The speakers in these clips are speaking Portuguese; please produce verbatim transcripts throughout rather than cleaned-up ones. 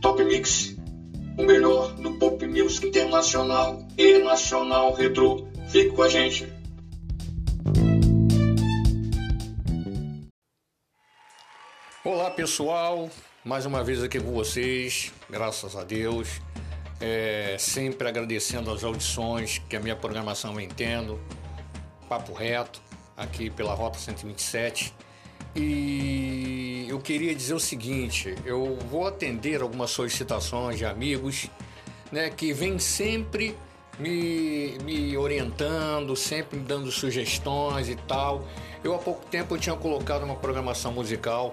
Top Mix, o melhor do pop music internacional e nacional retrô. Fique com a gente. Olá pessoal, mais uma vez aqui com vocês, graças a Deus, é, sempre agradecendo as audições que a minha programação vem tendo, papo reto, aqui pela Rota cento e vinte e sete. E eu queria dizer o seguinte, eu vou atender algumas solicitações de amigos, né, que vêm sempre me, me orientando, sempre me dando sugestões e tal. Eu há pouco tempo eu tinha colocado uma programação musical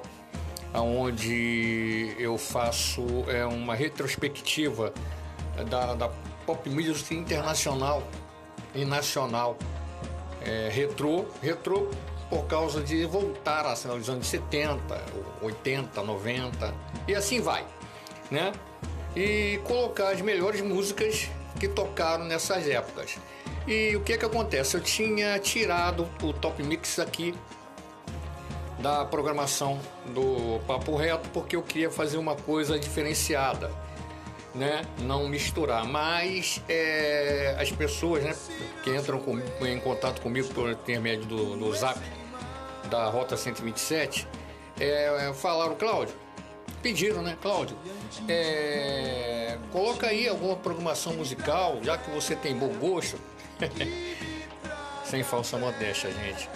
onde eu faço é, uma retrospectiva da, da pop music internacional e nacional, é, retrô, retrô por causa de voltar assim, aos anos setenta, oitenta, noventa e assim vai, né? E colocar as melhores músicas que tocaram nessas épocas. E o que é que acontece? Eu tinha tirado o Top Mix aqui da programação do Papo Reto porque eu queria fazer uma coisa diferenciada, né? Não misturar, mas é, as pessoas, né, que entram com, em contato comigo por intermédio do, do Zap da Rota cento e vinte e sete é, falaram, Cláudio, pediram, né, Cláudio, é, coloca aí alguma programação musical, já que você tem bom gosto. Sem falsa modéstia, gente.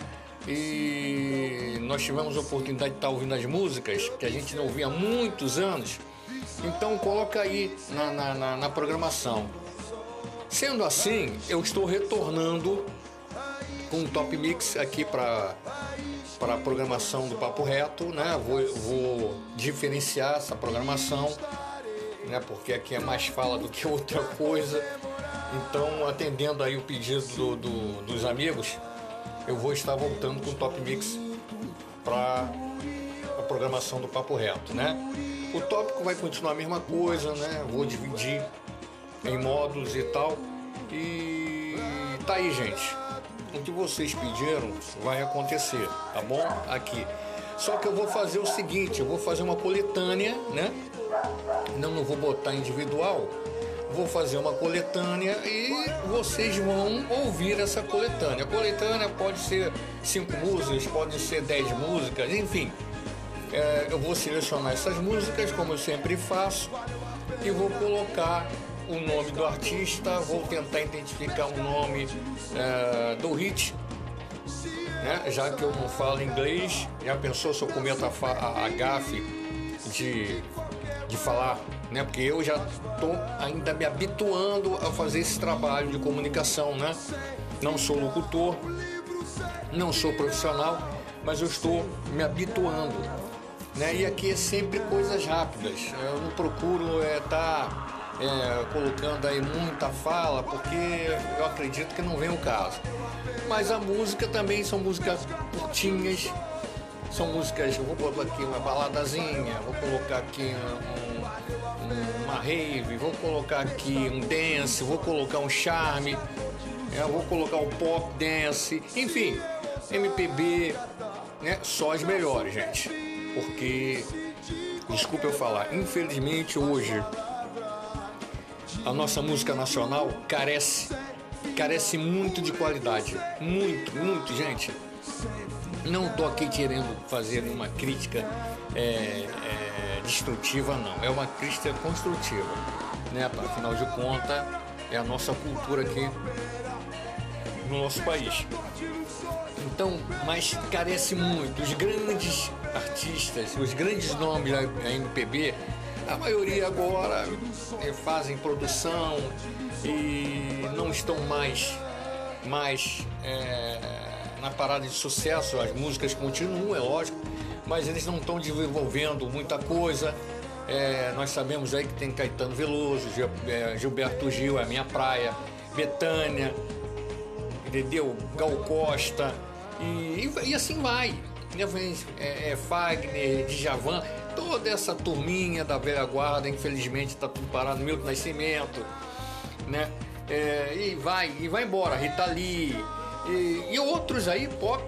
E nós tivemos a oportunidade de estar ouvindo as músicas que a gente não ouvia há muitos anos. Então coloca aí na, na, na, na programação. Sendo assim, eu estou retornando com um Top Mix aqui para para a programação do Papo Reto, né? Vou, vou diferenciar essa programação, né? Porque aqui é mais fala do que outra coisa. Então, atendendo aí o pedido do, do, dos amigos, eu vou estar voltando com o Top Mix para a programação do Papo Reto, né? O tópico vai continuar a mesma coisa, né? Vou dividir em módulos e tal. E tá aí, gente. O que vocês pediram vai acontecer, tá bom? Aqui. Só que eu vou fazer o seguinte, eu vou fazer uma coletânea, né? Não, não vou botar individual. Vou fazer uma coletânea e vocês vão ouvir essa coletânea. A coletânea pode ser cinco músicas, pode ser dez músicas, enfim. É, eu vou selecionar essas músicas, como eu sempre faço, e vou colocar o nome do artista, vou tentar identificar o nome é, do hit, né? Já que eu não falo inglês, já pensou se eu cometo a, a, a gafe de, de falar, né? Porque eu já estou ainda me habituando a fazer esse trabalho de comunicação, né? Não sou locutor, não sou profissional, mas eu estou me habituando, né? E aqui é sempre coisas rápidas. Eu não procuro estar é, tá, é, colocando aí muita fala, porque eu acredito que não vem o caso. Mas a música também são músicas curtinhas, são músicas, eu vou colocar aqui uma baladazinha, vou colocar aqui um, um, uma rave, vou colocar aqui um dance, vou colocar um charme, eu vou colocar um pop dance, enfim, M P B, né? Só as melhores, gente. Porque, desculpa eu falar, infelizmente hoje a nossa música nacional carece, carece muito de qualidade, muito, muito, gente. Não estou aqui querendo fazer uma crítica é, é, destrutiva, não. É uma crítica construtiva, né? Afinal de contas, é a nossa cultura aqui no nosso país. Então, mas carece muito. Os grandes artistas, os grandes nomes da M P B, a maioria agora é, fazem produção e não estão mais, mais é, na parada de sucesso. As músicas continuam, é lógico, mas eles não estão desenvolvendo muita coisa. É, nós sabemos aí que tem Caetano Veloso, Gil, é, Gilberto Gil, é a minha praia, Bethânia, entendeu? Gal Costa, e, e, e assim vai. É, é Fagner, Djavan, toda essa turminha da velha guarda, infelizmente está tudo parado, Milton Nascimento, né? É, e vai, e vai embora, Rita Lee, e, e outros aí, pop,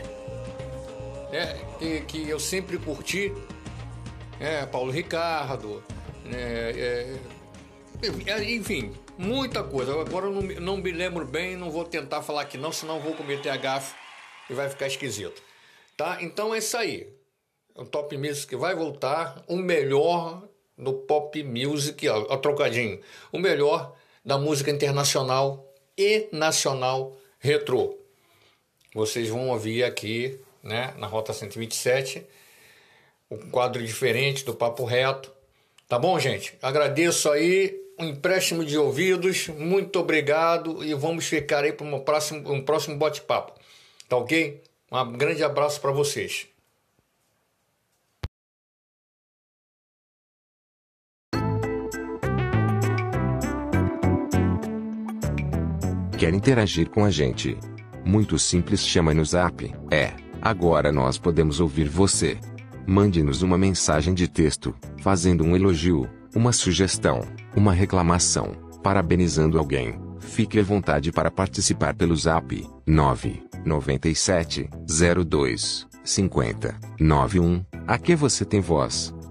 né? que, que eu sempre curti, é, Paulo Ricardo, É, é, enfim, muita coisa. Agora eu não, não me lembro bem, não vou tentar falar aqui não, senão vou cometer a gafe e vai ficar esquisito. Tá? Então é isso aí. O Top Music vai voltar, o melhor do Pop Music, ó, ó, trocadinho, o melhor da música internacional e nacional retrô. Vocês vão ouvir aqui, né, na Rota cento e vinte e sete, um quadro diferente do Papo Reto. Tá bom, gente? Agradeço aí um empréstimo de ouvidos, muito obrigado e vamos ficar aí para um próximo, um próximo bate-papo. Tá ok? Um grande abraço para vocês. Quer interagir com a gente? Muito simples, chama no Zap. É, agora nós podemos ouvir você. Mande-nos uma mensagem de texto, fazendo um elogio, uma sugestão, uma reclamação, parabenizando alguém. Fique à vontade para participar pelo Zap nove nove sete zero dois cinco zero nove um. Aqui você tem voz.